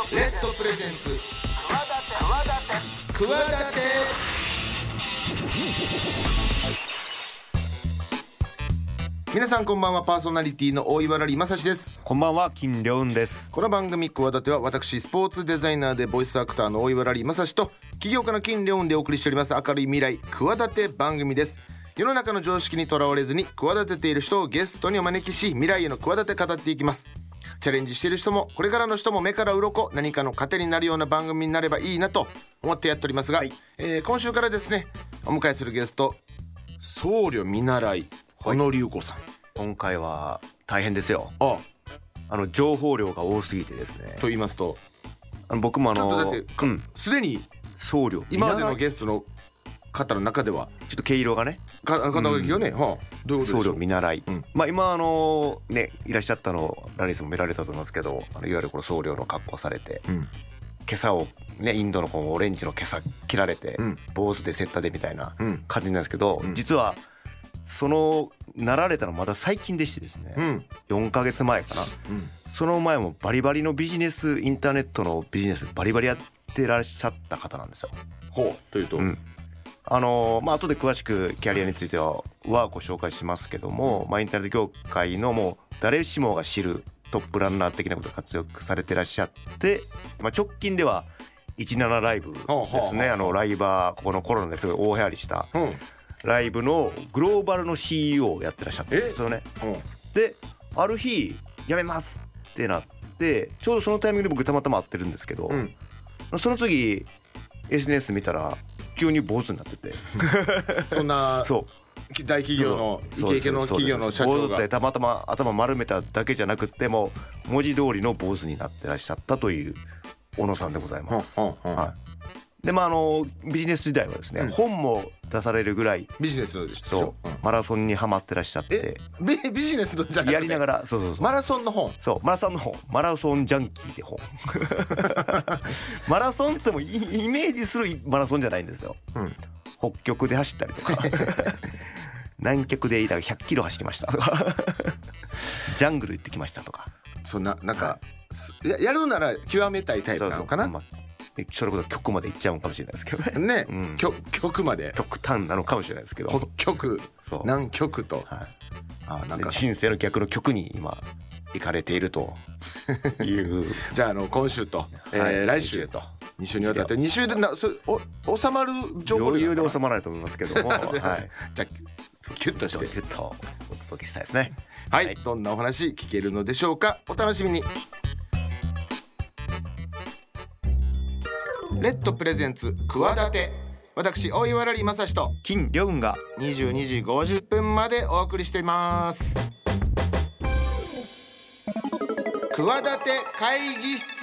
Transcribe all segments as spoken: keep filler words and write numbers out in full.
レッドプレゼンツ企て。皆さんこんばんは。パーソナリティの大岩良理正史です。 こんばんは、金良雲です。 この番組企ては私スポーツデザイナーでボイスアクターの大岩良理正史と起業家の金良雲でお送りしております明るい未来企て番組です。世の中の常識にとらわれずに企てている人をゲストにお招きし、未来への企て語っていきます。チャレンジしている人もこれからの人も目から鱗、何かの糧になるような番組になればいいなと思ってやっておりますが、はい、えー、今週からですね、お迎えするゲスト、僧侶見習い小野龍子さん、はい、 今回は大変ですよ。 あああの情報量が多すぎてですね。 と言いますと、 あの僕もあのちょっとだってすで、うん、に僧侶今までのゲストの方の中ではちょっと毛色がねか肩書きがね、うん、はあ、どういうことでしょう。 僧侶見習い、うん、まあ今あのねいらっしゃったのラリスも見られたと思いますけど、あのいわゆるこの僧侶の格好されて、うん、今朝をねインドのこのオレンジの今朝切られて、うん、坊主でセッタでみたいな感じなんですけど、うん、実はそのなられたのまだ最近でしてですね、うん、よんかげつまえかな、うん、その前もバリバリのビジネス、インターネットのビジネスバリバリやってらっしゃった方なんですよ。 ほうというと、うん、 あのまあ後で詳しくキャリアについてははご紹介しますけども、まあ、インターネット業界のもう誰しもが知るトップランナー的なことを活躍されてらっしゃって、まあ、直近ではいちじゅうななライブですね、あのライバー、ここのコロナですごい大流行りした、うん、ライブのグローバルの シーイーオー をやってらっしゃったんですよね。である日辞めますってなって、ちょうどそのタイミングで僕たまたま会ってるんですけど、うん、その次 エスエヌエス 見たら急に坊主になっててそんなそう大企業のイケイケの企業の社長が坊主ってたまたま頭丸めただけじゃなくっても文字通りの坊主になってらっしゃったという小野さんでございます。はんはん、はい、でまああのビジネス時代はですね、うん、本も出されるぐらいビジネスのでしょ、うん、マラソンにハマってらっしゃって、 ビ, ビジネスのじゃなくてやりながら、そうそうそう、 マラソンの本、 そうマラソンの本、マラソンジャンキーで本マラソンってもイメージするマラソンじゃないんですよ、うん、北極で走ったりとか南極でひゃっキロ走りましたとかジャングル行ってきましたとか、 そんななんか、はい、や, やるなら極めたいタイプなのかな。 そうそう、まあそれこそ極まで行っちゃうかもしれないですけどね。 ね、うん、極, 極まで極端なのかもしれないですけど、 北極、南極と、はい、 あなんか人生の逆の極に今行かれているというじゃあ、 あの今週と、はい、えー、来週とに週にわたってに週でなそお収まる情報余裕で収まらないと思いますけども、はい、じゃあキュッとしてキュッとお届けしたいですね。 はい、はい、どんなお話聞けるのでしょうか。お楽しみに。レッドプレゼンツ企て、私大岩良理正史と金良雲がにじゅうにじごじゅっぷんまでお送りしています。企て会議室。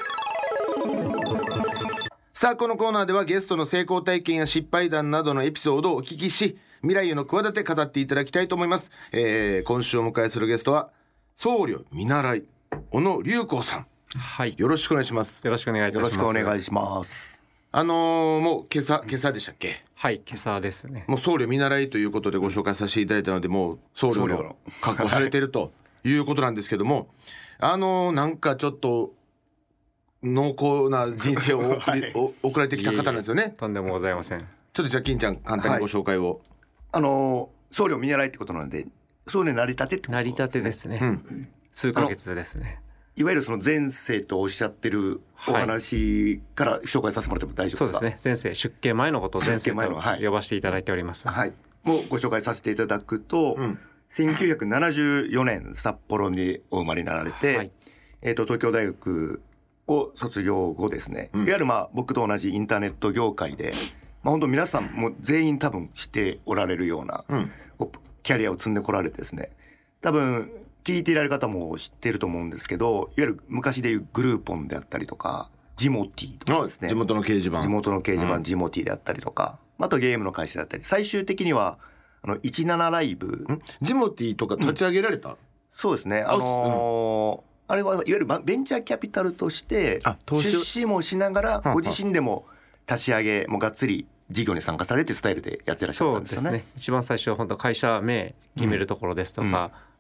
さあこのコーナーではゲストの成功体験や失敗談などのエピソードをお聞きし、未来への企て語っていただきたいと思います。えー、今週お迎えするゲストは僧侶見習い小野龍子さん、 はい、 よろしくお願いします。 よろしくお願いいたします。 よろしくお願いします。 あのー、もう今朝今朝でしたっけ。 はい、今朝ですね。 もう僧侶見習いということでご紹介させていただいたので、もう僧侶の格好されているということなんですけどもあのー、なんかちょっと濃厚な人生を送り、はい、送られてきた方なんですよね。いえいえ、 とんでもございません。ちょっとじゃあ金ちゃん簡単にご紹介を、はい、 あのー、僧侶見習いってことなんで、僧侶成り立てってこと、 成り立てですね、うん、数ヶ月ですね。 いわゆるその前世とおっしゃってるお話から紹介させてもらっても大丈夫ですか。 そうですね、前世、出家前のことを前世と呼ばせていただいております。 はい、もうご紹介させていただくと、うん、せんきゅうひゃくななじゅうよねん札幌にお生まれになられて、はい、えーと、東京大学を卒業後ですね、うん、いわゆるまあ僕と同じインターネット業界で、まあ、本当皆さんも全員多分しておられるような、うん、キャリアを積んでこられてですね、多分聞いていられる方も知っていると思うんですけど、いわゆる昔でいうグルーポンであったりとかジモティとかですね、 地元の掲示板地元の掲示板、うん、ジモティであったりとか、あとゲームの会社だったり、最終的にはあのじゅうななライブ、 ジモティとか立ち上げられた、うん、 そうですね、あのーうんあれはいわゆるベンチャーキャピタルとして出資もしながらご自身でも立ち上げもがっつり事業に参加されるというスタイルでやってらっしゃったんですよね。 そうですね、一番最初は本当会社名決めるところですとか、うん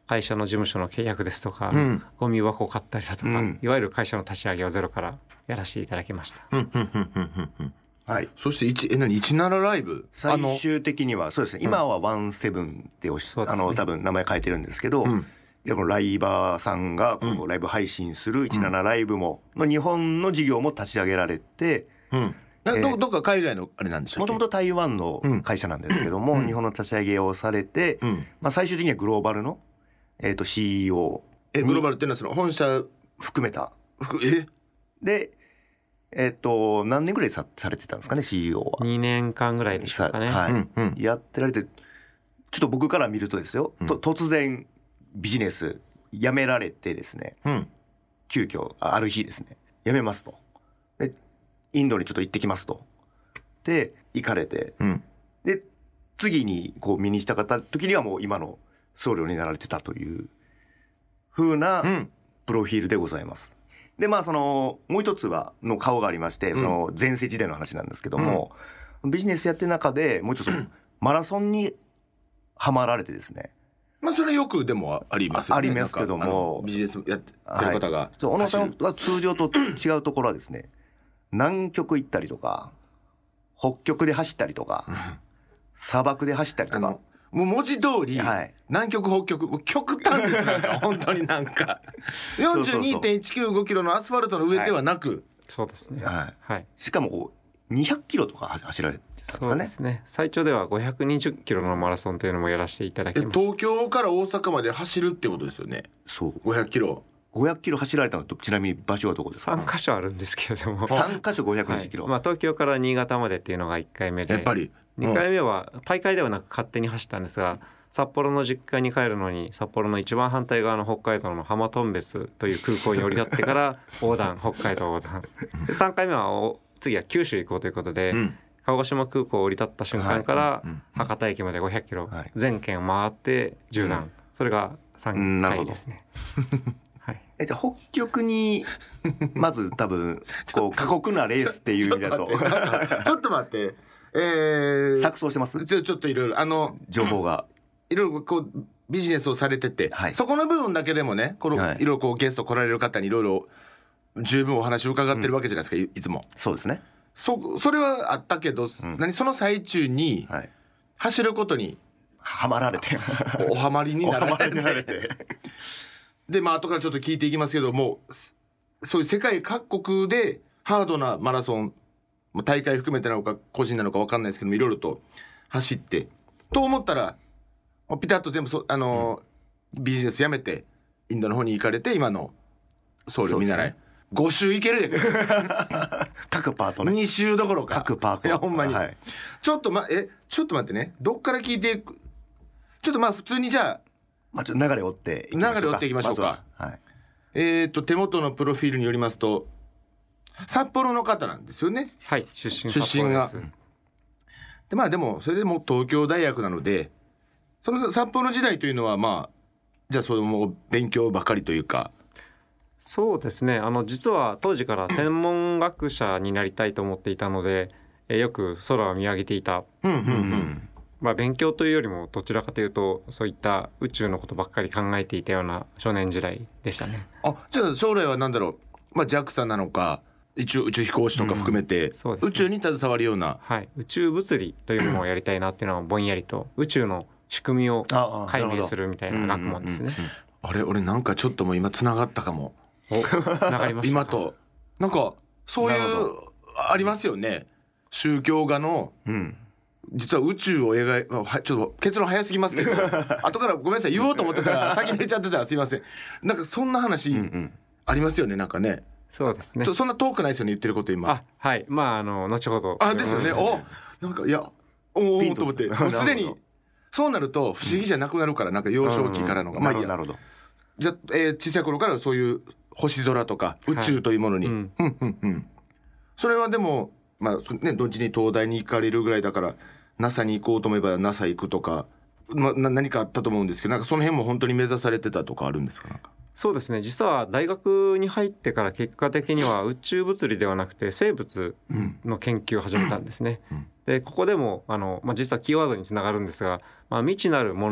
会社の事務所の契約ですとか、 うん、 ゴミ箱を買ったりだとか、 うん、 いわゆる会社の立ち上げをゼロからやらせていただきました。 うんうんうんうんうん、 はい、 そしていちえ何いちななライブ最終的にはそうですね、今はワンセブンっておし、うん、あの多分名前変えてるんですけど、うん、いやこのライバーさんがこうライブ配信するいちななライブもの日本の事業も立ち上げられて、 うん、えー、ど, どっか海外のあれなんでしょう。 もともと台湾の会社なんですけども、うん、日本の立ち上げをされて、うん、まあ、最終的にはグローバルの、えー、と シーイーオーえグローバルっていうのはその本社含めたえで、えー、と何年ぐらい さ, されてたんですかね シーイーオー は。 にねんかんぐらいでしょうかね、 はい、 うんうん、 やってられて、ちょっと僕から見るとですよ、うん、と突然ビジネス辞められてですね、うん、急遽 あ, ある日ですね辞めますと、でインドにちょっと行ってきますとで行かれて、うん、で次にこう見にしたかった時にはもう今の僧侶になられてたという風なプロフィールでございます。でまあそのもう一つはの顔がありまして、うん、その前世時代の話なんですけども、うん、ビジネスやってる中でもう一つマラソンにはまられてですね、 まあそれよくでもありますよね。 ありますけどもビジネスやってる方が、はい、 小野さんは通常と違うところはですね南極行ったりとか北極で走ったりとか砂漠で走ったりとか、もう文字通り、はい、南極北極もう極端ですなんか本当になんか よんじゅうにてんいちきゅうご キロのアスファルトの上ではなく、はい、 そうですね、 はいはい、しかもにひゃくキロとか走られてたんですかね。 そうですね、最長ではごひゃくにじゅっキロのマラソンというのもやらせていただきました。 東京から大阪まで走るってことですよね。 そうごひゃくキロごひゃくキロ走られたのとちなみに場所はどこですか。 さんかしょあるんですけれどもさんかしょごひゃくにじゅっキロ、 はい、まあ、東京から新潟までっていうのがいっかいめで、 やっぱり、 うん、にかいめは大会ではなく勝手に走ったんですが、札幌の実家に帰るのに札幌の一番反対側の北海道の浜頓別という空港に降り立ってから横断北海道横断でさんかいめは次は九州行こうということで、うん、鹿児島空港を降り立った瞬間から博多駅までごひゃくキロ、はい、全県回って縦断、うん、それがさんかいですね。 はい、えじゃあ北極にまず多分こう過酷なレースっていう意味だとちょっと待ってえー、 錯綜してます。 ちょちょっといろいろあの情報がいろいろこうビジネスをされてて、はい、そこの部分だけでもねこの、はい、いろいろこうゲスト来られる方にいろいろ十分お話を伺ってるわけじゃないですか、うん、い, いつも。 そうですね。 そそれはあったけど、うん、何その最中に走ることにはまられておはまりになられてでまあ後からちょっと聞いていきますけども、そういう世界各国でハードなマラソン大会含めてなのか個人なのか分かんないですけどもいろいろと走ってと思ったらピタッと全部そあの、うん、ビジネスやめてインドの方に行かれて今の僧侶見習いご週行けるで各パートねに週どころか各パートいやほんまに、はい、ちょっとまえちょっと待ってねどっから聞いていくちょっとまあ普通にじゃあ、 まあ、ちょっと流れ追っていきましょうか。 流れ追っていきましょうか、 まはい、 えーと手元のプロフィールによりますと札幌の方なんですよね。 はい出身札幌です。出身がでまあでもそれでも東京大学なのでその札幌時代というのはまあじゃあその勉強ばかりというか。 そうですね、あの実は当時から天文学者になりたいと思っていたのでえよく空を見上げていた、うんうんうんまあ、勉強というよりもどちらかというとそういった宇宙のことばっかり考えていたような少年時代でしたね。 あじゃあ将来は何だろう、まあ、ジャクサ なのか一応宇宙飛行士とか含めて、うんね、宇宙に携わるような、 はい、宇宙物理というのをやりたいなっていうのはぼんやりと宇宙の仕組みを解明するみたいな学問ですね。 あれ俺なんかちょっともう今つながったかも。 おつながりました今となんかそういうありますよね宗教画の、うん、実は宇宙を描い、まあ、ちょっと結論早すぎますけど後からごめんなさい言おうと思ってたら先に出ちゃってたらすいません。なんかそんな話ありますよねなんかね。 そうですね。 そんな遠くないですよね言ってること今。 あはいまああの後ほど。 あですよね。おなんかいやおおと思ってもうすでにそうなると不思議じゃなくなるから、うん、なんか幼少期からのが、うんうん、まあいいや。なるほど。じゃあ、えー、小さい頃からそういう星空とか宇宙というものに、はいうんうんうんうん、それはでもまあねどっちに東大に行かれるぐらいだから ナサ に行こうと思えば ナサ 行くとか、まあ、何かあったと思うんですけどなんかその辺も本当に目指されてたとかあるんですか。なんかそうですね実は大学に入ってから結果的には宇宙物理ではなくて生物の研究を始めたんですね、うんうん、でここでもあの、まあ、実はキーワードにつながるんですが、まあ、未知なるもの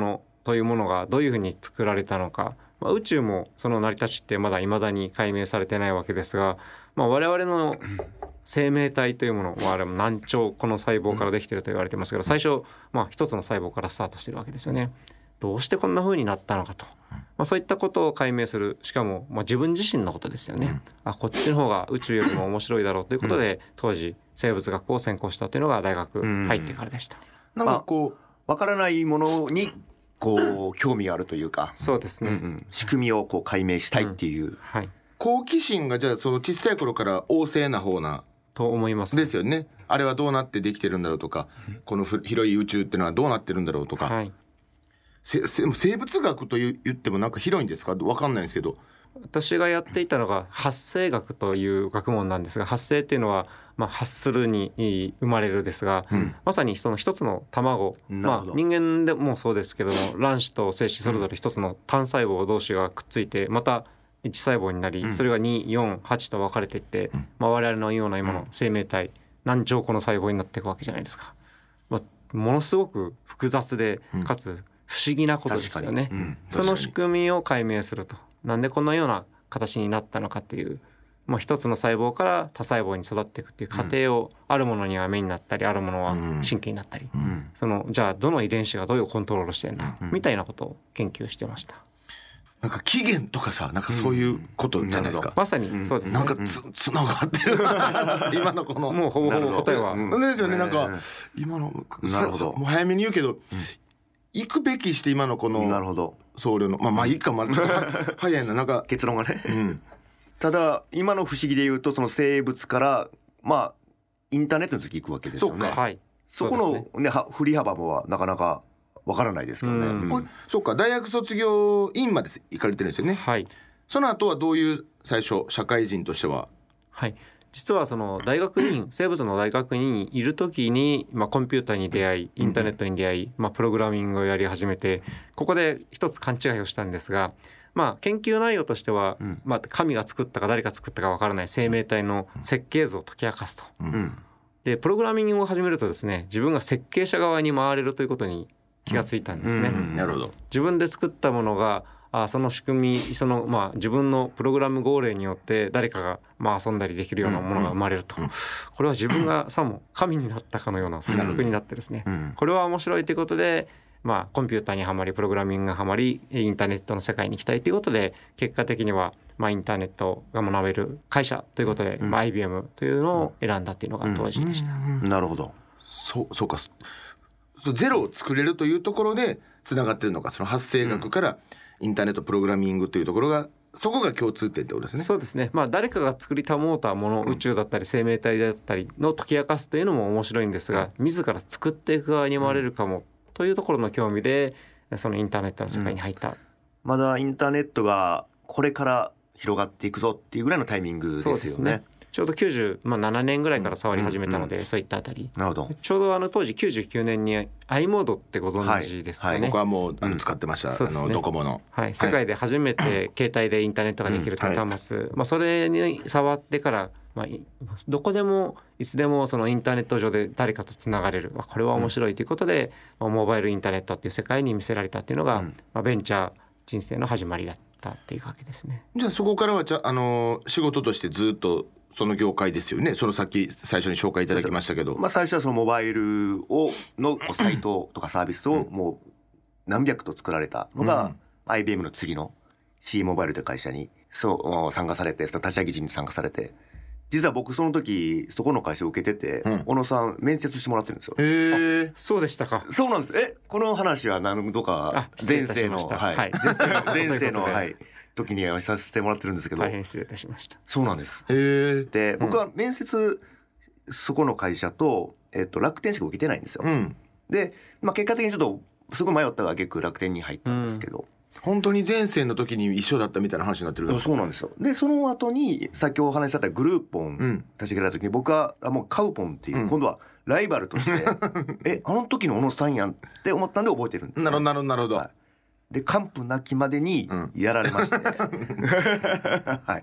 というものがどういうふうに作られたのか、まあ、宇宙もその成り立ちってまだ未だに解明されてないわけですが、まあ、我々の生命体というものはあれも何兆個の細胞からできていると言われてますけど、最初まあ一つの細胞からスタートしているわけですよね。どうしてこんな風になったのかと、まあ、そういったことを解明する、しかもまあ自分自身のことですよね。あ、こっちの方が宇宙よりも面白いだろうということで当時生物学を専攻したというのが大学入ってからでした。 なんかこう分からないものにこう興味があるというか、 そうですね、 うんうん、仕組みをこう解明したいっていう、うん、 はい、 好奇心がじゃあその小さい頃から旺盛な方なと思いますですよね。あれはどうなってできてるんだろうとか、この広い宇宙っていうのはどうなってるんだろうとか、 はい、 せせ生物学と言ってもなんか広いんですか、分かんないんですけど。 私がやっていたのが発生学という学問なんですが、発生っていうのはまあ発するに生まれるですが、うん、まさにその一つの卵、まあ、人間でもそうですけども、卵子と精子それぞれ一つの単細胞同士がくっついてまた一細胞になり、それがに、よん、はちと分かれていって、まあ、我々のような今の生命体何兆個の細胞になっていくわけじゃないですか。まあ、ものすごく複雑でかつ不思議なことですよね、うん、その仕組みを解明すると、なんでこのような形になったのかっていう、まあ、一つの細胞から多細胞に育っていくっていう過程を、あるものには目になったりあるものは神経になったり、うん、そのじゃあどの遺伝子がどういうコントロールしてるんだ、うん、みたいなことを研究してました。 なんか起源とかさ、なんかそういうことじゃないですか、うん、 まさにそうですね。 なんかつつながってる今のこのもうほぼほぼ答えは、 うん、ですよね。なんか今のなるほど、 もう早めに言うけど、うん、行くべきして今のこのなるほど僧侶のまあまあいいか、まあちょっと早いな、なんか結論がね、 うん、 ただ今の不思議で言うと、その生物からまあインターネットに次行くわけですよね。 そうか、 はい、 そこのね振り幅もなかなかわからないですけどね、うんうん、そうか、大学卒業院まで行かれてるんですよね。 はい。 その後はどういう最初社会人としては。 はい、実はその大学院生物の大学院にいる時に、まあ、コンピューターに出会いインターネットに出会い、まあ、プログラミングをやり始めて、ここで一つ勘違いをしたんですが、まあ、研究内容としては、うん、まあ、神が作ったか誰が作ったかわからない生命体の設計図を解き明かすと、うん、でプログラミングを始めるとですね、自分が設計者側に回れるということに気がついたんですね、 うんうん、なるほど。 自分で作ったものがあその仕組み、そのまあ自分のプログラム号令によって誰かがまあ遊んだりできるようなものが生まれると、うんうん、これは自分がさも神になったかのような錯覚になってですね、うんうん、これは面白いということで、まあ、コンピューターにはまりプログラミングがはまりインターネットの世界に行きたいということで、結果的にはまあインターネットが学べる会社ということで、うんまあ、アイビーエム というのを選んだというのが当時でした、 うんうん、なるほど。 そうそうか、ゼロを作れるというところでつながっているのか、その発生学からインターネットプログラミングというところが、そこが共通点ってことですね。 そうですね、まあ、誰かが作りたもうたもの、うん、宇宙だったり生命体だったりの解き明かすというのも面白いんですが、うん、自ら作っていく側に回れるかもというところの興味でそのインターネットの世界に入った、うん、 まだインターネットがこれから広がっていくぞっていうぐらいのタイミングですよね。 そうですね、ちょうどきゅうじゅうななねんぐらいから触り始めたので、うんうん、そういったあたり。 なるほど。 ちょうどあの当時きゅうじゅうきゅうねんに i モードってご存知ですかね。 はいはい、僕はもうあの使ってました、うん、あのドコモの、 はい、世界で初めて携帯でインターネットができるという端末、うんはい、まあ、それに触ってから、まあ、どこでもいつでもそのインターネット上で誰かとつながれる、これは面白いということで、うん、モバイルインターネットっていう世界に見せられたっていうのが、うんまあ、ベンチャー人生の始まりだったっていうわけですね。 じゃあそこからはじゃあの仕事としてずっとその業界ですよね。そのさっき最初に紹介いただきましたけど、 まあ、最初はそのモバイルをのサイトとかサービスをもう何百と作られたのが、うん、アイビーエム の次の C モバイルという会社にそう参加されて、その立ち上げ時に参加されて、実は僕その時そこの会社を受けてて、うん、小野さん面接してもらってるんですよ。 へえ、 そうでしたか。 そうなんです。えこの話は何度か前世のはい、はい、前世の前世のはい時にさせてもらってるんですけど、 大変失礼いたしました。 そうなんです。 へで僕は面接、うん、そこの会社と、えっと、楽天しか受けてないんですよ、うん、で、まあ、結果的にちょっとすごい迷ったが結局楽天に入ったんですけど、うん、 本当に前世の時に一緒だったみたいな話になってる。 そうなんですよ。でその後に先ほどお話しされたグルーポン立ち上げられた時に、僕はもうカウポンっていう、うん、今度はライバルとしてえあの時の小野さんやんって思ったんで覚えてるんですよ。 なるほどなるほどなるほど、はい、 で完膚なきまでにやられまして、うんはい、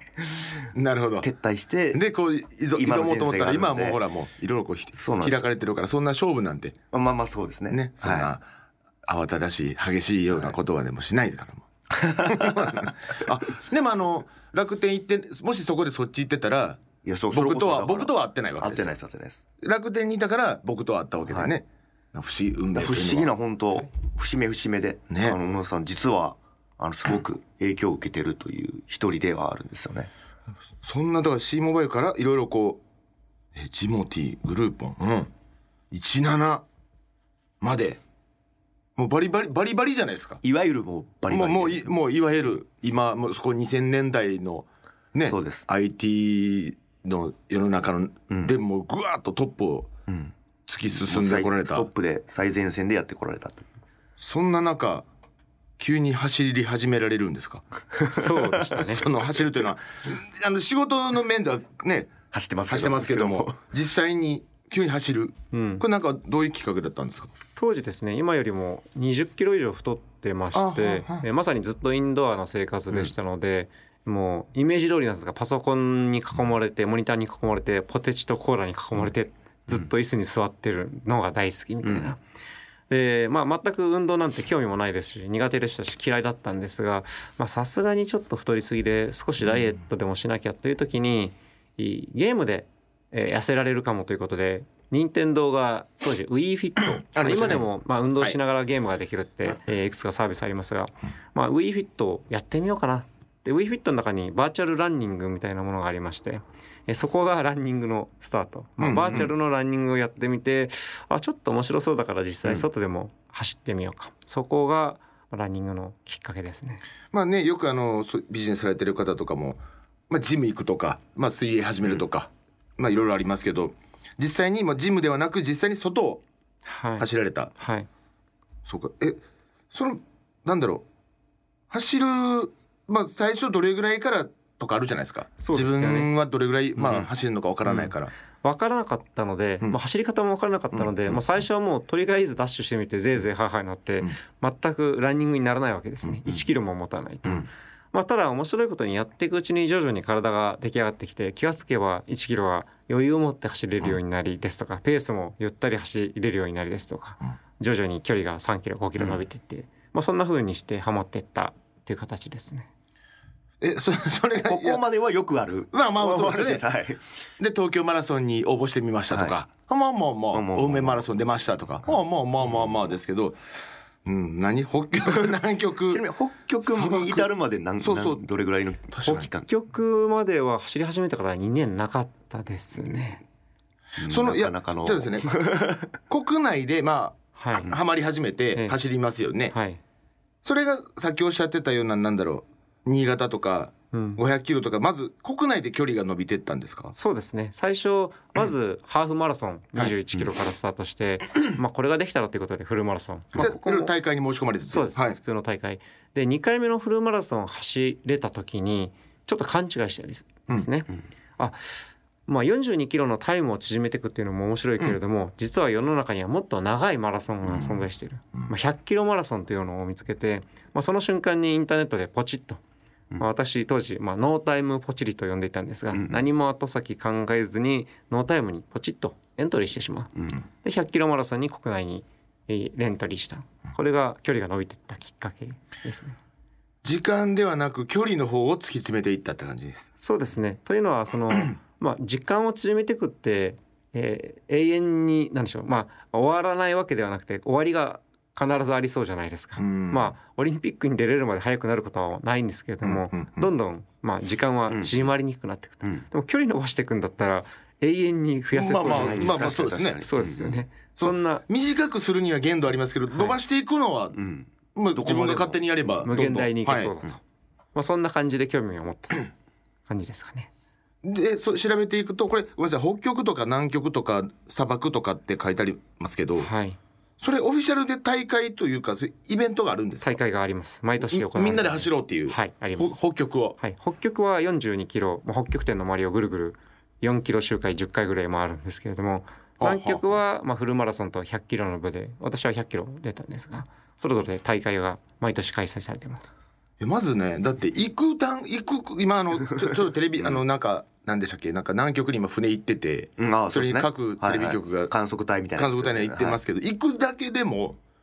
なるほど。 撤退してでこう挑もうと思ったら今はもうほらもういろいろこう開かれてるから、そんな勝負なんてまあまあそうですね、 ね、そんな、はい、 慌ただしい激しいようなことはでもしないからもあでもあの楽天行ってもしそこでそっち行ってたらいやそう僕とはそれこそだから僕とは会ってないわけですよ。 合ってないです合ってないです楽天にいたから僕とは会ったわけだよね、はい、不思議運命不思議な本当、はい、節目節目で、ね、あの小野さん実はあのすごく影響を受けてるという一人ではあるんですよね。 そんなだから C モバイルからいろいろこうえジモティグルーポン、うん、じゅうななまでもうバリバリバリバリじゃないですか。 いわゆるもうバリバリもうもういもういわゆる今もうそこにせんねんだいのねそうですアイティー の世の中の、うん、でもぐわっとトップを突き進んでこられた、 トップで最前線でやってこられたと。 そんな中急に走り始められるんですか？ そうでしたねその走るというのはあの仕事の面ではね走ってます走ってますけども実際に急に走る、うん、これなんかどういうきっかけだったんですか？ 当時ですね今よりもにじゅっキロ以上太ってましてえまさにずっとインドアの生活でしたので、うん、もうイメージ通りなんですがパソコンに囲まれてモニターに囲まれてポテチとコーラに囲まれて、うん、ずっと椅子に座ってるのが大好きみたいな、うんでまあ、全く運動なんて興味もないですし苦手でしたし嫌いだったんですがさすがにちょっと太りすぎで少しダイエットでもしなきゃという時に、うん、ゲームで、えー、痩せられるかもということで任天堂が当時 Wii Fit ね、今でもまあ運動しながらゲームができるって、はいえー、いくつかサービスありますが、まあ、Wii Fit をやってみようかなで Wii Fit の中にバーチャルランニングみたいなものがありましてそこがランニングのスタート、まあ、バーチャルのランニングをやってみて、あちょっと面白そうだから実際外でも走ってみようか、うん、そこがランニングのきっかけですね。 まあねよくあのビジネスされてる方とかも、まあ、ジム行くとか、まあ、水泳始めるとか、うん、まあいろいろありますけど実際に、まあ、ジムではなく実際に外を走られた、 はいはい、 そうかえそのなんだろう走る、まあ、最初どれぐらいからとかあるじゃないですか。 そうですよね、 自分はどれぐらい、まあ、走るのか分からないから、 うんうん、分からなかったので、うんまあ、走り方も分からなかったので、うんまあ、最初はもうとりあえずダッシュしてみてぜいぜいハーハーになって、うん、全くランニングにならないわけですね、うん、いちキロも持たないと、うんまあ、ただ面白いことにやっていくうちに徐々に体が出来上がってきて気がつけばいちキロは余裕を持って走れるようになりですとかペースもゆったり走れるようになりですとか徐々に距離がさんキロごキロ伸びていって、うんまあ、そんな風にしてハマっていったっていう形ですね。 え そ, それがここまではよくあるまあまあそうですね、 はい、 で東京マラソンに応募してみましたとか、はい、まあまあまあ青梅マラソン出ましたとか、まあまあまあまあまあですけど、うん、何北極南極ちなみに北極に至るまで何そうそうどれぐらいの北極までは走り始めてからにねんなかったですね。 そのいやじゃあですね国内でまあ、はい、はまり始めて走りますよね、はい、それがさっきおっしゃってたようななんだろう新潟とかごひゃくキロとか、うん、まず国内で距離が伸びてったんですか？ そうですね最初まずハーフマラソンにじゅういちキロからスタートして、はいまあ、これができたらということでフルマラソン、まあ、ここも大会に申し込まれててそうです、はい、普通の大会でにかいめのフルマラソン走れた時にちょっと勘違いしてですね、うん、あまあ、よんじゅうにキロのタイムを縮めていくっていうのも面白いけれども、うん、実は世の中にはもっと長いマラソンが存在している、うんまあ、ひゃっキロマラソンというのを見つけて、まあ、その瞬間にインターネットでポチッと、まあ、私当時、まあ、ノータイムポチリと呼んでいたんですが、うん、何も後先考えずにノータイムにポチッとエントリーしてしまう、うん、でひゃっキロマラソンに国内にエントリーした、これが距離が伸びていったきっかけですね。 時間ではなく距離の方を突き詰めていったって感じです。 そうですね。というのはそのまあ、時間を縮めていくって、えー、永遠に何でしょう、まあ、終わらないわけではなくて終わりが必ずありそうじゃないですか、まあ、オリンピックに出れるまで早くなることはないんですけれども、うんうんうん、どんどん、まあ、時間は縮まりにくくなっていくと、うん、でも距離伸ばしていくんだったら永遠に増やせそうじゃないですか。まあまあまあそうですね。そうですよね、うん、そんな短くするには限度ありますけど、はい、伸ばしていくのは、うんまあ、自分が勝手にやれば無限大にいけそうだと、はいまあ、そんな感じで興味を持った感じですかね。 でそ調べていくとこれごめんなさい北極とか南極とか砂漠とかって書いてありますけど、はい、それオフィシャルで大会というかそういうイベントがあるんですか？ 大会があります。毎年行われる。 みんなで走ろうっていう、 はい、あります。 北極を、 はい、北極はよんじゅうにキロ北極点の周りをぐるぐるよんキロ周回じゅっかいぐらい回るんですけれども、南極はまあフルマラソンとひゃっキロの部で私はひゃっキロ出たんですが、それぞれ大会が毎年開催されています。 まずねだって行く段行く今あのちょちょっとテレビあのなんか何でしたっけなんか南極に今船行ってて、うんそれに各テレビ局が、はいはい、 観測隊みたいな観測隊に行ってますけど、はい、行くだけでも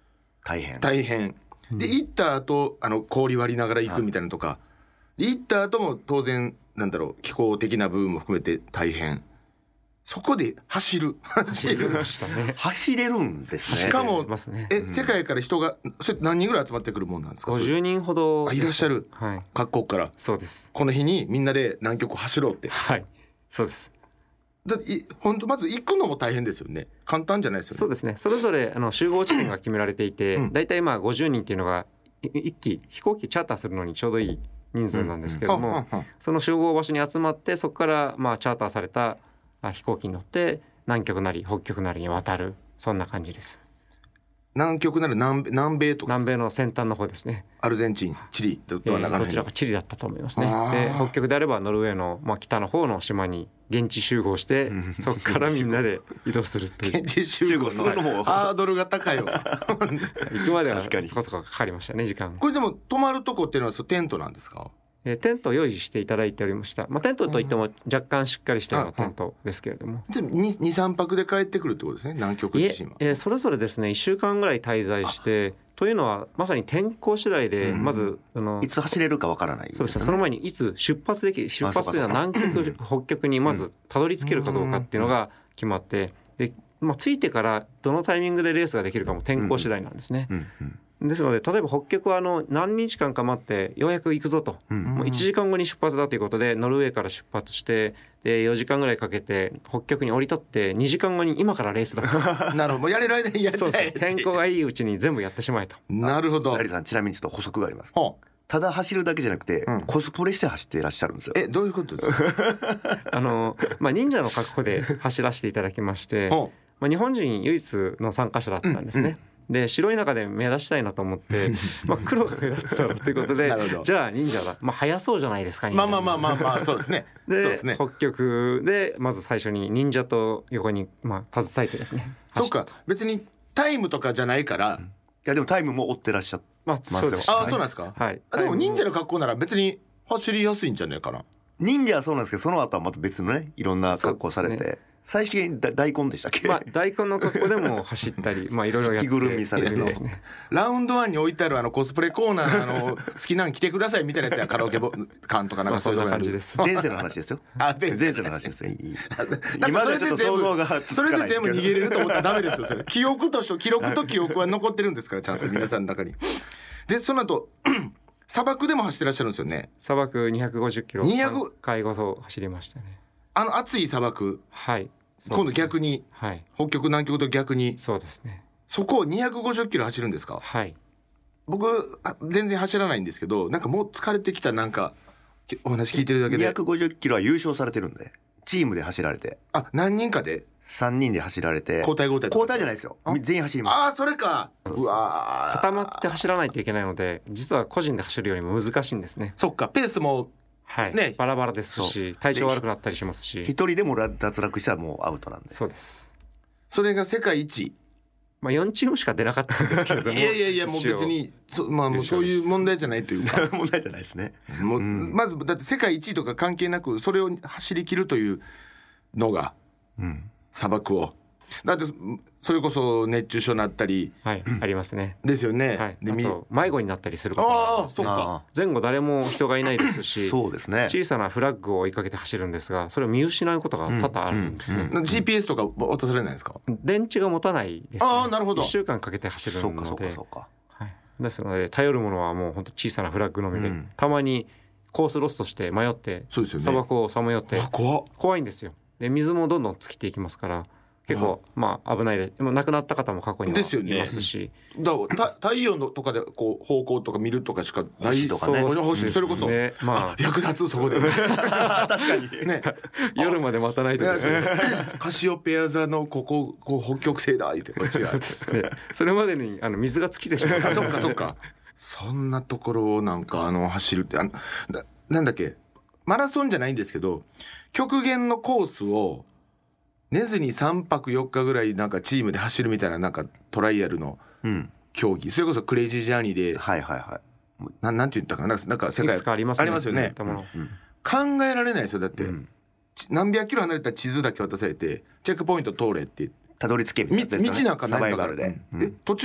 大変大変で、行った後あの氷割りながら行くみたいなとか、で行った後も当然なんだろう気候的な部分も含めて大変。そこで走る走るましたね。 走れるんですね。 しかも、 ますね、 え世界から人がそれ何人ぐらい集まってくるもんなんですか。 ごじゅうにんほどあいらっしゃる、 はい、 各国から。 そうです。 この日にみんなで南極走ろうって。 はい、そうです。 だって本当まず行くのも大変ですよね。簡単じゃないですよね。 そうですね。それぞれあの集合地点が決められていて、だいたいまあごじゅうにんっていうのが一機飛行機チャーターするのにちょうどいい人数なんですけれども、うんうん、その集合場所に集まってそこからまあチャーターされた飛行機に乗って南極なり北極なりに渡る、そんな感じです。 南極なら南米、南米とか南米の先端の方ですね。 アルゼンチン、チリとか、えー、どちらかチリだったと思いますね。で北極であればノルウェーの、まあ、北の方の島に現地集合してそこからみんなで移動するという現地集合するのもハードルが高いわ行くまではそこそこかかりましたね、時間。 これでも泊まるとこっていうのはテントなんですか。 えー、テントを用意していただいておりました、まあ、テントといっても若干しっかりしたようなテントですけれども、 にさんぱくで帰ってくるってことですね、南極自身は。 いえ、えー、それぞれですねいっしゅうかんぐらい滞在して、というのはまさに天候次第で、まずあのいつ走れるかわからないですね。 そうですね、その前にいつ出発でき出発というのは南極北極にまずたどり着けるかどうかっていうのが決まって、で、まあ、着いてからどのタイミングでレースができるかも天候次第なんですね。うんうんうんですので例えば北極はあの何日間か待ってようやく行くぞと、うん、もういちじかんごに出発だということでノルウェーから出発してでよじかんぐらいかけて北極に降り立ってにじかんごに今からレースだとなるほど、もうやれる間にやっちゃえって。 天候がいいうちに全部やってしまえと。 なるほど。 ラリーさん、ちなみにちょっと補足があります。ただ走るだけじゃなくて、うん、コスプレして走っていらっしゃるんですよ。 え、どういうことですかあの、まあ、忍者の格好で走らせていただきましてまあ、日本人唯一の参加者だったんですね、うんうんで白い中で目立ちたいなと思って、まあ、黒が目立つだろうということでじゃあ忍者だ、まあ、速そうじゃないですか。 まあまあまあまあまあそうですね。 でそうですね、 北極でまず最初に忍者と横にまあ携えてですね。 そうか、別にタイムとかじゃないから、うん、いやでもタイムも追ってらっしゃってますよ。 まあ、そうです。 ああ、そうなんですか。 はい。 でも忍者の格好なら別に走りやすいんじゃないかな。 忍者はそうなんですけど、その後はまた別のねいろんな格好されて、最終的に大根でしたっけ。 まあ大根の格好でも走ったりまあいろいろやって着ぐるみされてですね。ラウンドワンに置いてあるあのコスプレコーナーのあの好きなん来てくださいみたいなやつやカラオケ館とかなんかそういう感じです。 前世の話ですよ。 あ、前世の話ですよ。 今でちょっと想像がそれで全部逃げれると思ったらダメですよ。それ記憶として記録と記憶は残ってるんですからちゃんと皆さんの中に。でその後砂漠でも走ってらっしゃるんですよね。 砂漠にひゃくごじゅっキロさんかいごと走りましたね。 あの暑い砂漠。 はい。 今度逆に、はい、北極南極と逆に。 そうですね。 そこをにひゃくごじゅっキロ走るんですか。 はい。 僕全然走らないんですけど、なんかもう疲れてきた、なんかお話聞いてるだけで。 にひゃくごじゅっキロは優勝されてるんで、チームで走られて。 あ、何人かでさんにんで走られて、 交代交代交代じゃないですよ、全員走ります。 ああ、それか。うわ、 固まって走らないといけないので実は個人で走るよりも難しいんですね。 そっか、ペースもはいね、バラバラですし体調悪くなったりしますし、 一人でも脱落したらもうアウトなんで。 そうです。 それが世界一、 まあ、よんチームしか出なかったんですけれどもいやいやいや、もう別に そ,、まあ、もうそういう問題じゃないというか問題じゃないですね。 もう、うん、まずだって世界一位とか関係なくそれを走り切るというのが、うん、砂漠をだってそれこそ熱中症になったり、 はい、ありますね。 ですよね。 はい、であと迷子になったりすることああ、そうか。 前後誰も人がいないですしそうですね、 小さなフラッグを追いかけて走るんですがそれを見失うことが多々あるんですね、 うんうん、ジーピーエス とか渡されないですか。 電池が持たないです、ね、 ああ、なるほど。いっしゅうかんかけて走るので、 そうかそうかそうか、 はい、ですので頼るものはもう本当小さなフラッグのみで、うん、たまにコースロストして迷って、そうですよね、砂漠をさまよって怖, 怖いんですよ。で水もどんどん尽きていきますから結構まあ危ないで、でも亡くなった方も過去にはいますし、 ね、だから太陽のとかでこう方向とか見るとかしかないとかね。 そうそれこそ、 ね、まあ、 役立つそこで確かにね夜まで待たないとですねカシオペア座のこここう北極星だってこっちがそうですね。それまでにあの水が尽きてしまったそっかそっかそんなところをなんかあの走るってあのななんだっけマラソンじゃないんですけど極限のコースを寝ずにさんぱくよっかぐらいなんかチームで走るみたいななんかトライアルの競技、うん、それこそクレイジージャーニーで、 はいはいはい、 な, なんて言ったかな、なんか世界ありますね、 ありますよね、うん、考えられないですよ。だって、うん、何百キロ離れた地図だけ渡されてチェックポイント通れってたどり着けみたいな、 ね、道なんかないんだから、 で、 うん、え途中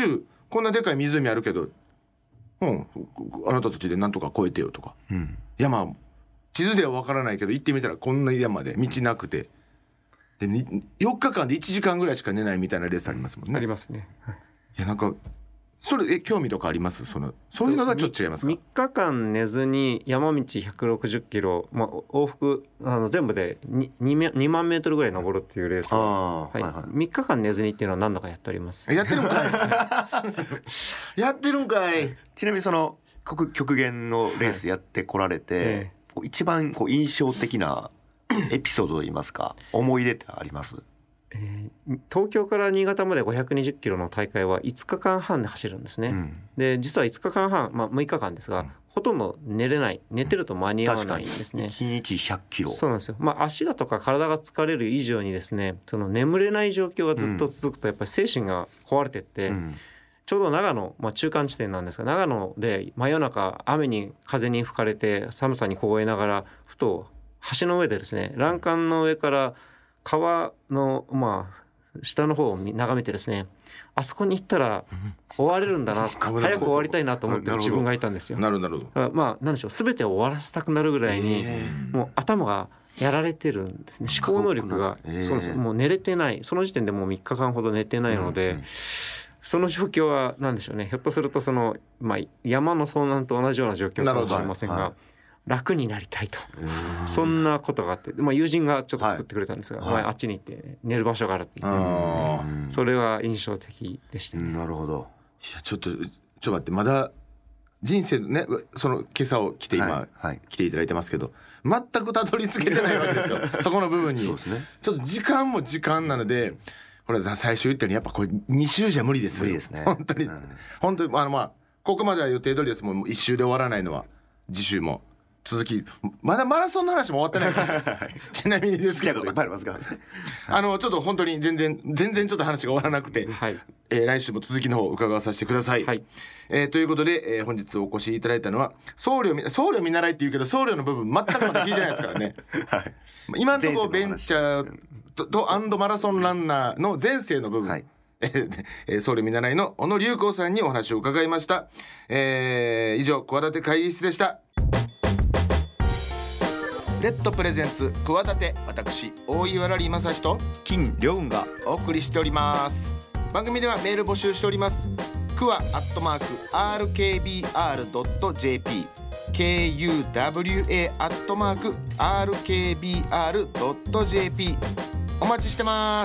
こんなでかい湖あるけど、うん、あなたたちでなんとか越えてよとか、 うん、 山地図では分からないけど行ってみたらこんな山で道なくて、でよっかかんでいちじかんぐらいしか寝ないみたいなレースありますもんね。 ありますね、はい、 いやなんかそれえ興味とかあります？そのそういうのがちょっと違いますか？ みっかかん寝ずに山道ひゃくろくじゅっキロ、まあ、往復あの全部で 2, にまんメートルぐらい登るっていうレースが、はいはいはい、みっかかん寝ずにっていうのは何度かやっております。 やってるんかいやってるんかい。 ちなみにその極限のレースやってこられて、はいええ、一番こう印象的なエピソードといいますか思い出ってあります？ えー、東京から新潟までごひゃくにじゅっキロの大会はいつかかんはんで走るんですね、うん、で実はいつかかんはん、まあ、むいかかんですが、うん、ほとんど寝れない寝てると間に合わないんですね。 いちにちひゃっキロ。 そうなんですよ、まあ、足だとか体が疲れる以上にですねその眠れない状況がずっと続くとやっぱり精神が壊れてって、うん、ちょうど長野、まあ、中間地点なんですが長野で真夜中雨に風に吹かれて寒さに凍えながらふと橋の上でですね欄干の上から川のまあ下の方を眺めてですねあそこに行ったら終われるんだな早く終わりたいなと思ってる自分がいたんですよ。 なるほど。 まあ何でしょう全てを終わらせたくなるぐらいにもう頭がやられてるんですね。思考能力がそうです。もう寝れてないその時点でもうみっかかんほど寝てないので、その状況は何でしょうねひょっとするとその、まあ、山の遭難と同じような状況かもしれませんが楽になりたいとそんなことがあって、まあ、友人がちょっと作ってくれたんですが、はい、あっちに行って寝る場所があるって言って、ね、それが印象的でしたね。 なるほど。 いやちょっとちょっと待ってまだ人生のねその今朝を来て今、はいはい、来ていただいてますけど全くたどり着けてないわけですよそこの部分に。そうですね。ちょっと時間も時間なのでこれ最初言ったようにやっぱこれに週じゃ無理ですよ。 無理ですね本当に、うん、本当にあのまあここまでは予定通りです。もういっ週で終わらないのは次週も続きまだマラソンの話も終わってないからちなみにですけどあのちょっと本当に全然全然ちょっと話が終わらなくて、はいえー、来週も続きの方を伺わさせてください、はいえー、ということで、えー、本日お越しいただいたのは僧侶僧侶見習いって言うけど僧侶の部分全くまだ聞いてないですからね、はい、今のところベンチャーととアンドマラソンランナーの前世の部分、はいえー、僧侶見習いの小野隆光さんにお話を伺いました、えー、以上企て会議室でした。レッドプレゼンツ企て私大岩良理正史と金良雲がお送りしております。番組ではメール募集しております。クワアットマーク アールケービーアールドットジェーピー ケーユーダブリューエー アットマーク アールケービーアールドットジェーピー お待ちしてます。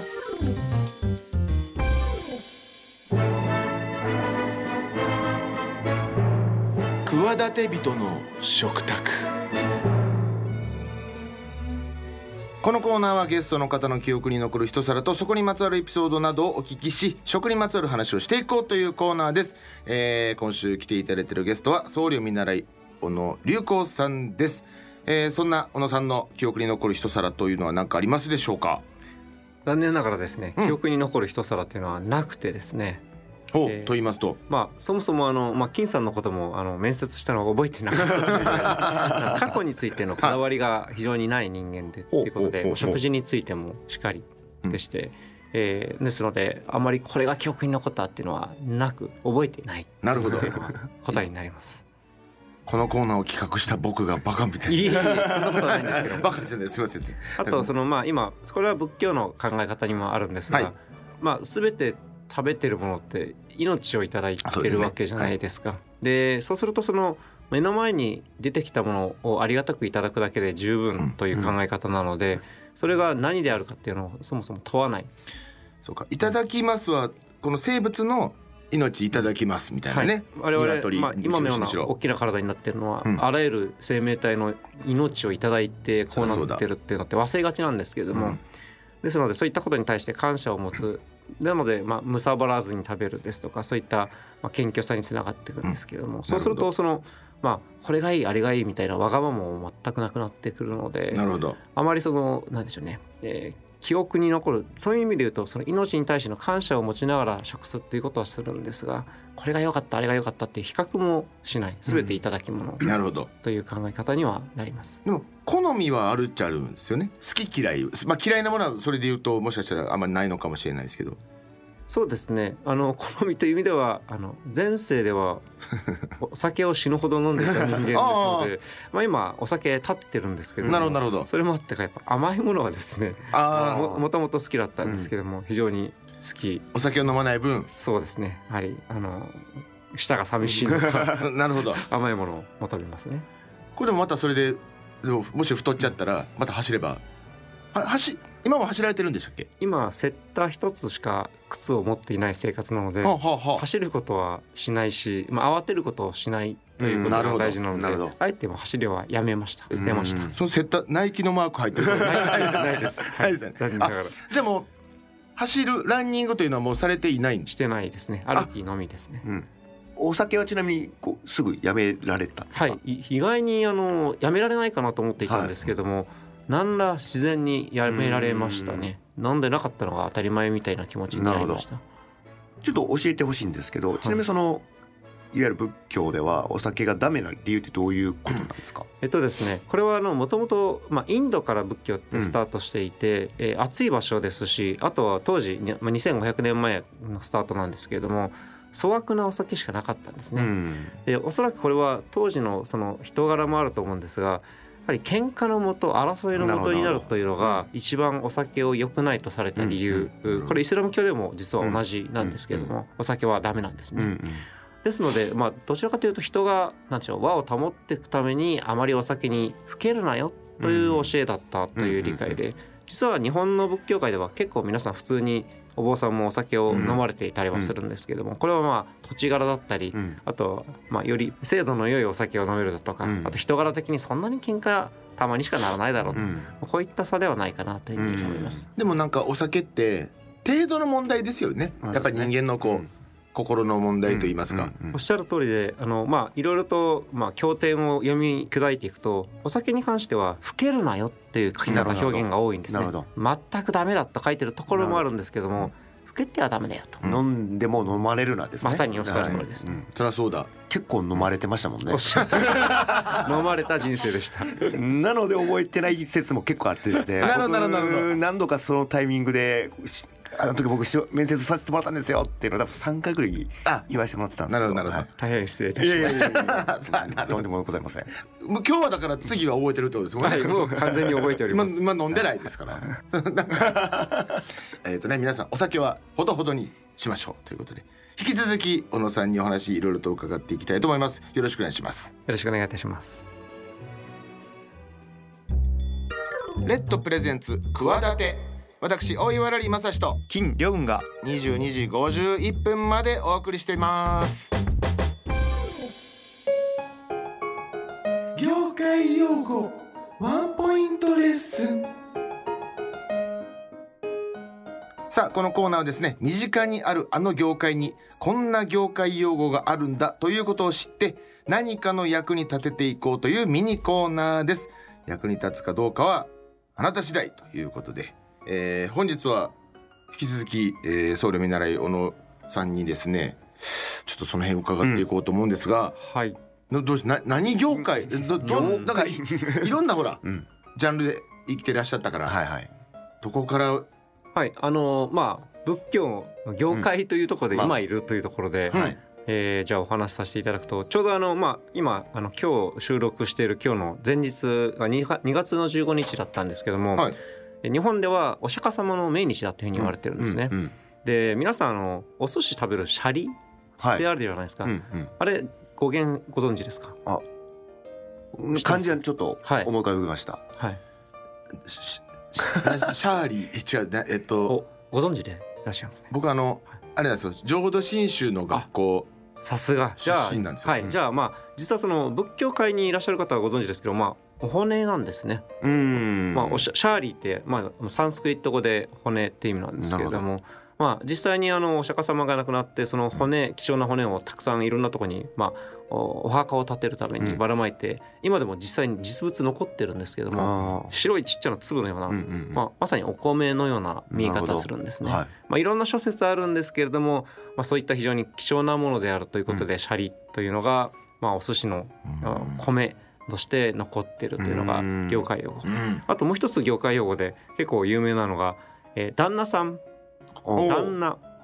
企て人の食卓。このコーナーはゲストの方の記憶に残る一皿とそこにまつわるエピソードなどをお聞きし食にまつわる話をしていこうというコーナーです、えー、今週来ていただいているゲストは僧侶見習い小野隆光さんです、えー、そんな小野さんの記憶に残る一皿というのは何かありますでしょうか？ 残念ながらですね、うん、記憶に残る一皿っていうのはなくてですねおえー、と言いますと、 まあ、そもそもあの、まあ、金さんのこともあの面接したのを覚えてなかった過去についてのこだわりが非常にない人間でということで食事についてもしっかりでして、うんえー、ですのであまりこれが記憶に残ったっていうのはなく覚えてないなるほど答えになります。 このコーナーを企画した僕がバカみたいな。 いやいやそんなことはないんですけどバカじゃないすいません。 あとそのまあ今これは仏教の考え方にもあるんですが、はいまあ、全て食べてるものって命をいただいてるわけじゃないですか。そうですね、はい、でそうするとその目の前に出てきたものをありがたくいただくだけで十分という考え方なので、うんうん、それが何であるかっていうのをそもそも問わない。 そうかいただきますはこの生物の命いただきますみたいなね、 はい、我々、まあ、今のような大きな体になってるのは、うん、あらゆる生命体の命をいただいてこうなってるっていうのって忘れがちなんですけれども、うん、ですのでそういったことに対して感謝を持つなので、まあ、貪らずに食べるですとかそういった、まあ、謙虚さにつながっていくんですけれども、うん、そうするとその、まあ、これがいいあれがいいみたいなわがままも全くなくなってくるのでなるほどあまりそのなんでしょうね、えー、記憶に残るそういう意味で言うとその命に対しての感謝を持ちながら食すっていうことはするんですがこれが良かったあれが良かったっていう比較もしない全ていただき物、うん、なるほどという考え方にはなります。 でも好みはあるっちゃあるんですよね。好き嫌い、まあ、嫌いなものはそれで言うともしかしたらあんまりないのかもしれないですけどそうですね、あの好みという意味ではあの前世ではお酒を死ぬほど飲んでいた人間ですのでまあ今お酒立ってるんですけども、 なるほどなるほど。 それもあってかやっぱ甘いものはですねあももともと好きだったんですけども、うん、非常に好き。 お酒を飲まない分そうですね、やはりあの舌が寂しいのかなるほど甘いものを求めますね。 これでもまたそれででももし太っちゃったらまた走ればは走今も走られてるんでしたっけ？ 今セッター一つしか靴を持っていない生活なので、 はあはあはあ、 走ることはしないし、まあ、慌てることをしないということが大事なので、うん、あえても走りはやめました。捨てました。 そのセッターナイキのマーク入ってるないです、はい、残念ながら。 じゃあもう走るランニングというのはもうされていないんです？ してないですね、歩きのみですね。 うん、お酒はちなみにこうすぐやめられたんですか？ はい、意外にあのやめられないかなと思っていたんですけども、はい、なんら自然にやめられましたね。飲んでなかったのが当たり前みたいな気持ちになりました。 ちょっと教えてほしいんですけど、はい、ちなみにそのいわゆる仏教ではお酒がダメな理由ってどういうことなんですか？ えっとですね、これはもともとインドから仏教ってスタートしていて、うんえー、暑い場所ですし、あとは当時、まあ、にせんごひゃくねんまえのスタートなんですけれども粗悪なお酒しかなかったんですね、うん、でおそらくこれは当時のその人柄もあると思うんですが、やはり喧嘩のもと争いのもとになるというのが一番お酒を良くないとされた理由、うんうん、これイスラム教でも実は同じなんですけれども、うんうん、お酒はダメなんですね、うんうん、ですので、まあ、どちらかというと人がなんでしょう和を保っていくためにあまりお酒にふけるなよという教えだったという理解で、実は日本の仏教界では結構皆さん普通にお坊さんもお酒を飲まれていたりはするんですけども、これはまあ土地柄だったり、あとまあより精度の良いお酒を飲めるだとか、あと人柄的にそんなに喧嘩たまにしかならないだろうと、こういった差ではないかなというふうに思います。 でもなんかお酒って程度の問題ですよね。やっぱり人間のこう心の問題といいますか、 おっしゃる通りで、あのまあいろいろとまあ経典を読み砕いていくと、お酒に関してはふけるなよっていう表現が多いんですね。全くダメだと書いてるところもあるんですけども、ふけてはダメだよと、 飲んでも飲まれるなですね。 まさにおっしゃる通りです、 うん、そりゃそうだ。 結構飲まれてましたもんね。 おっしゃる通り飲まれた人生でしたなので覚えてない説も結構あってですねなるほどなるほど。 何度かそのタイミングであの時僕面接させてもらったんですよっていうのを多分さんかいぐらい言わせてもらってたんですけど。なるほどなるほど、はい、 大変失礼いたしましたとんでもございません。 もう今日はだから次は覚えてるってことですもんね。 はい、もう完全に覚えております。 今飲んでないですからえっとね皆さんお酒はほどほどにしましょうということで、引き続き小野さんにお話いろいろと伺っていきたいと思います。よろしくお願いします。 よろしくお願いいたします。 レッドプレゼンツ企て、私大岩良理正史と金良雲がにじゅうにじごじゅういっぷんまでお送りしています。業界用語ワンポイントレッスン。さあこのコーナーはですね、身近にあるあの業界にこんな業界用語があるんだということを知って何かの役に立てていこうというミニコーナーです。役に立つかどうかはあなた次第ということで、えー、本日は引き続き、えー、僧侶見習い小野さんにですね、ちょっとその辺伺っていこうと思うんですが、 うん、はい、 どうしな何業界どどなんか い, いろんなほら、うん、ジャンルで生きてらっしゃったから、はいはい、どこからはいあのまあ仏教の業界というところで今いるというところで、うんまあはいえー、じゃあお話しさせていただくと、ちょうどあの、まあ、今あの今日収録している今日の前日がにがつのじゅうごにちだったんですけども、はい、日本ではお釈迦様の命日だというふうに言われてるんですね、うんうんうん、で皆さんあのお寿司食べるシャリってあるじゃないですか、はいうんうん、あれ語源ご存知ですか？ あ漢字はちょっと思い浮かべました、はいはい、 シ, シャーリー違う、えっと、 ご存知でいらっしゃいます、ね、 僕あの、はい、あれなんですよ、浄土真宗の学校さすが出身なんですよ。 はい、うん、じゃあまあ実はその仏教界にいらっしゃる方はご存知ですけど、まあお骨なんですね。うん、まあ、おシャーリーって、まあ、サンスクリット語で骨って意味なんですけれども、まあ、実際にあのお釈迦様が亡くなってその骨、貴重な骨をたくさんいろんなところに、まあ、お, お墓を建てるためにばらまいて、うん、今でも実際に実物残ってるんですけども、白いちっちゃな粒のような、うんうんうんまあ、まさにお米のような見え方するんですね。はいまあ、いろんな諸説あるんですけれども、まあ、そういった非常に貴重なものであるということで、うん、シャリというのが、まあ、お寿司の米として残っているというのが業界用語、うん、あともう一つ業界用語で結構有名なのが、えー、旦那さん旦那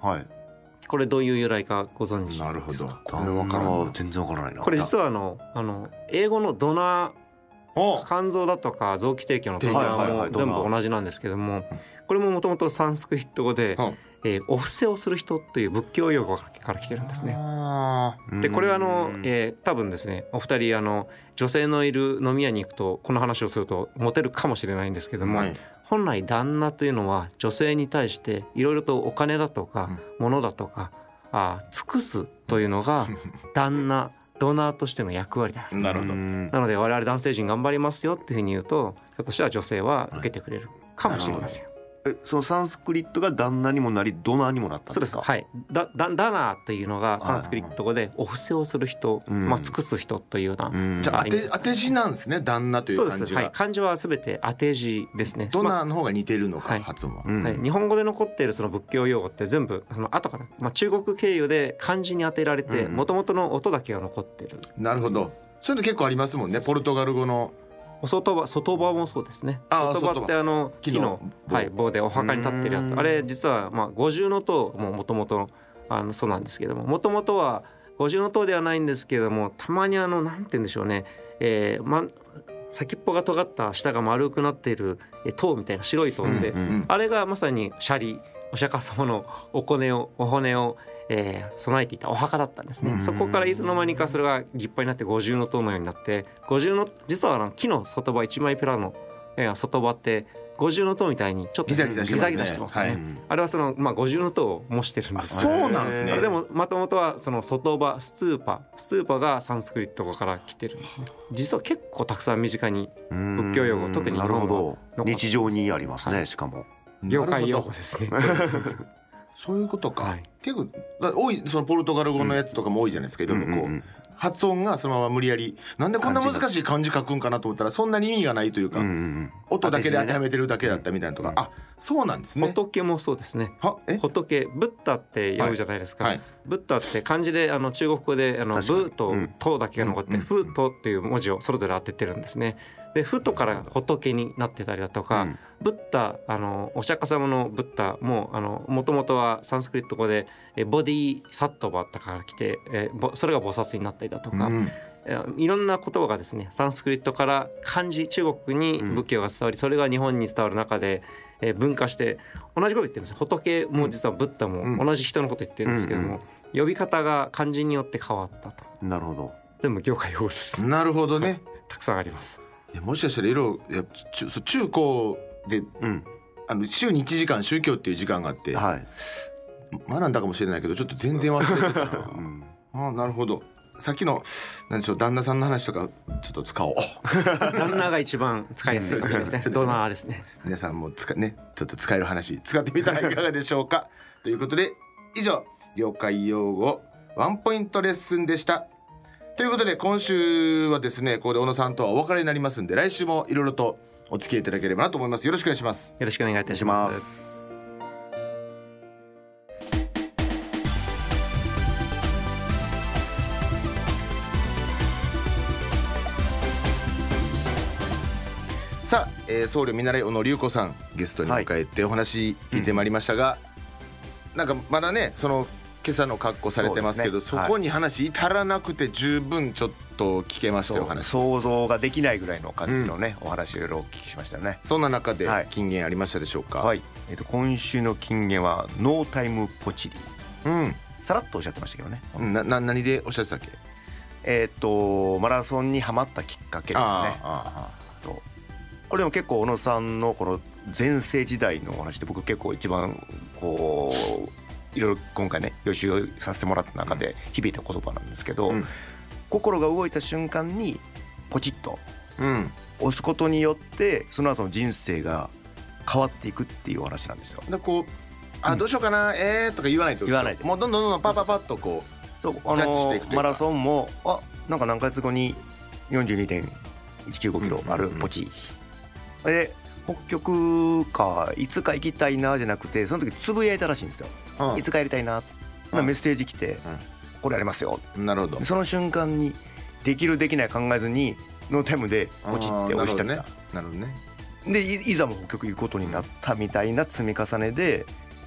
はい。 これどういう由来かご存知ですか？ なるほど。これ旦那分からんは全然わからないな。 これ実はあのあの英語のドナおー、肝臓だとか臓器提供のドナはいはいはいーも全部同じなんですけども、これももともとサンスクリット語で、 うんえーお布施をする人という仏教用語から来てるんですね。 あでこれはあの、 うんえー多分ですねお二人あの女性のいる飲み屋に行くとこの話をするとモテるかもしれないんですけども、 ーはい本来旦那というのは女性に対していろいろとお金だとか物だとか、あ尽くすというのが旦那ドナーとしての役割である。 なるほど。 うんなので我々男性陣頑張りますよっていうふうに言うとひょっとしたら女性は受けてくれるかもしれません。 えそのサンスクリットが旦那にもなりドナーにもなったんそうでか。 ですすはい、だだダナーというのがサンスクリット語でお布施をする人、 うんまあ、尽くす人というような、 うんじゃああ当て当て字なんですね。旦那といそううです、 漢字が。 はい、漢字はすべて当て字ですね。 ドまナーの方が似てるのか、 はい発音は。 うんあはい、日本語で残っているその仏教用語って全部その後から、まあ、中国経由で漢字に当てられてうん元々の音だけが残っている。 なるほど。そういうの結構ありますもんね。ポルトガル語のお外場外場もそうですね。 ああ外場ってあの木の木の棒はい、棒でお墓に立ってるやうんつ、あれ実はまあ五重塔ももともとあのそうなんですけども、もともとは五重塔ではないんですけれども、たまにあのなんて言うんでしょうね、えーま、先っぽが尖った下が丸くなっているえー塔みたいな白い塔で、 うんうんうんあれがまさにシャリお釈迦様のお骨をお骨を、えー備えていたお墓だったんですね。 うんそこからいつの間にかそれが立派になって五重塔のようになって、五重の実はあの木の外葉一枚ペラの、えー外葉って五重塔みたいにちょっとギザギザしてますねギザギザしてますよね。 はいうんあれはその、まあ、五重塔を模してるんです。 あそうなんですね。 あれでももともとはその外葉ストゥーパストゥーパがサンスクリット語から来てるんですね。実は結構たくさん身近に仏教用語、特に日なる本ほど。 は日常にありますね、 はいしかも。 業界用なるほど語ですね。 そういうことか。 はい結構だ多いそのポルトガル語のやつとかも多いじゃないですか。いろいろこう、 うんうんうん発音がそのまま無理やりなんでこんな難しい漢字書くんかなと思ったらそんなに意味がないというか、 うんうん音だけで当てはめめてるだけだったみたいなとか、 うんあそうなんですね。 仏もそうですね。 はえ仏ブッダって呼ぶじゃないですか、 はいブッダって漢字であの中国語であの確かにブとうんとだけが残って、 うんフとっていう文字をそれぞれ当ててるんですね。でフとから仏になってたりだとか、 うんブッダあのお釈迦様のブッダもあの元々はサンスクリット語でえボディサットバとかから来てえぼそれが菩薩になったりだとか、 うんえいろんな言葉がですねサンスクリットから漢字中国に仏教が伝わり、それが日本に伝わる中で、えー分化して同じこと言ってるんですよ。仏も実はブッダも同じ人のこと言ってるんですけども、 うんうん呼び方が漢字によって変わったと。 なるほど。 全部業界用語です。 なるほどね。 たくさんあります。 いやもしかしたらいろいろいや中そう中高でうん。 あの週にいちじかん宗教っていう時間があって、 はい。 学んだかもしれないけどちょっと全然忘れてたな。 うんああなるほど。さっきのなんでしょう旦那さんの話とかちょっと使おう。 旦那が一番使いやすいかもしれないですね。ドナーですね。 皆さんも使ねちょっと使える話使ってみたらいかがでしょうか。ということで以上業界用語ワンポイントレッスンでした。ということで今週はですねここで小野さんとはお別れになりますんで来週もいろいろとお付き合いいただければなと思います。よろしくお願いします。 よろしくお願いいたします。 お願いしますさあ、えー、僧侶見習い小野龍子さんゲストに迎えてお話聞いてまいりましたが、うん、なんかまだねその今朝の格好されてますけど そ,、 そうですねこに話至らなくて十分ちょっと聞けましたよお話。 想像ができないぐらいの感じのね、うん、お話をいろいろお聞きしましたよね。 そんな中ではい金言ありましたでしょうか。 はい、えー、と今週の金言はノータイムポチリ。 うんさらっとおっしゃってましたけどね。 うんなな何でおっしゃってたっけ。 えっ、とマラソンにはまったきっかけですね。 ああそうこれでも結構小野さんのこの全盛時代のお話で僕結構一番こういろいろ今回ね予習させてもらった中で響いた言葉なんですけど、 うん、 心が動いた瞬間にポチッとうん押すことによってその後の人生が変わっていくっていうお話なんですよ。 でこうあどうしようかな、うん、えーとか言わないと言わないともうどんどんどんどんパパパッとこうそうあジャッジしていのくというかマラソンもあなんか何ヶ月後に よんじゅうにてんいちきゅうごキロあるポチ、で北極かいつか行きたいなじゃなくてその時つぶやいたらしいんですよ、 うんいつかやりたいなって、 うんメッセージ来て、これやりますよなるほどその瞬間にできるできない考えずにノータイムでポチって押してみた、 なるほどね。 で い, いざも北極行くことになったみたいな積み重ねで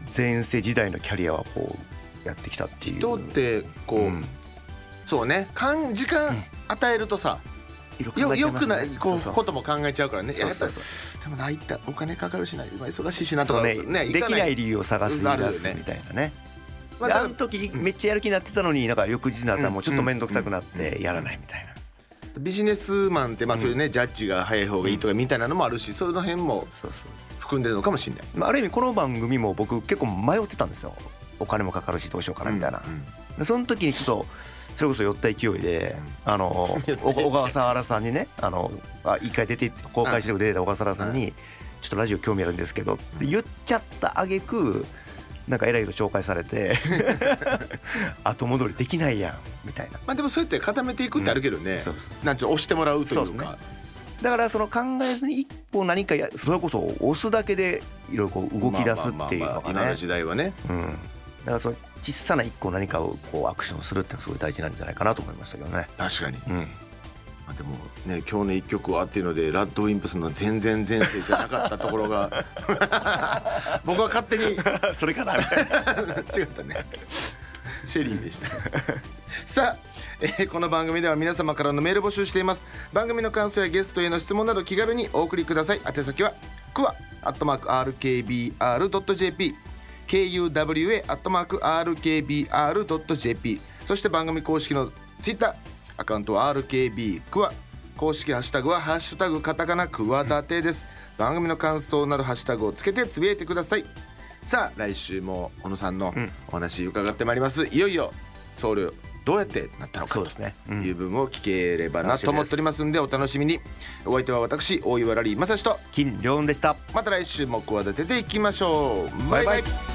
前世時代のキャリアはこうやってきたっていう。 人ってこう、うん、そうね時間与えるとさ、うん、よ, よくないこうそうそうことも考えちゃうからね。そうそうそう、でもな、いったお金かかるしない、忙しいしなとかね、 ね、できない理由を探すみたいなね。まあ、あの時めっちゃやる気になってたのに、なんか翌日になったらもうちょっと面倒くさくなってやらないみたいな。 ビジネスマンってまあそういうね、うん、ジャッジが早い方がいいとかみたいなのもあるし、その辺も含んでるのかもしれない。 まあ、ある意味この番組も僕結構迷ってたんですよ。お金もかかるしどうしようかなみたいな、うんうん、でその時にちょっとそれこそ寄った勢いで、うん、あの小笠原さんにね、あのあ一回出て公開して出てた小笠原さんに、ちょっとラジオ興味あるんですけどって言っちゃった挙句、なんか偉い人紹介されて後戻りできないやんみたいな。 まあでもそうやって固めていくってあるけどね、うん、そうそう、なんちゅう押してもらうというか、そうですね。 だからその考えずに一歩何かや、それこそ押すだけでいろいろこう動き出すっていうのがね、 今の時代はね、 うん、だからその小さな一個何かをこうアクションするっていうのはすごい大事なんじゃないかなと思いましたけどね。 確かに、 うん、まあ、でもね、今日の一曲はっていうのでラッドウィンプスの全然前世じゃなかったところが僕は勝手にそれかな違ったね、シェリーでしたさあ、えー、この番組では皆様からのメール募集しています。番組の感想やゲストへの質問など気軽にお送りください。宛先はクワアットマーク アールケービーアールドットジェーピー ケーユーダブリューエー アットマーク アールケービーアールドットジェーピー、 そして番組公式のツイッターアカウントは アールケービー クワ、公式ハッシュタグはハッシュタグカタカナクワダテです。番組の感想などハッシュタグをつけてつぶやいてください。さあ来週も小野さんのお話伺ってまいります、うん、いよいよ僧侶どうやってなったのかという部分を聞ければなと思っておりますんで、お楽しみに。お相手は私大岩良理正史と金良雲でした。 また来週も企てていきましょう。バイバイ。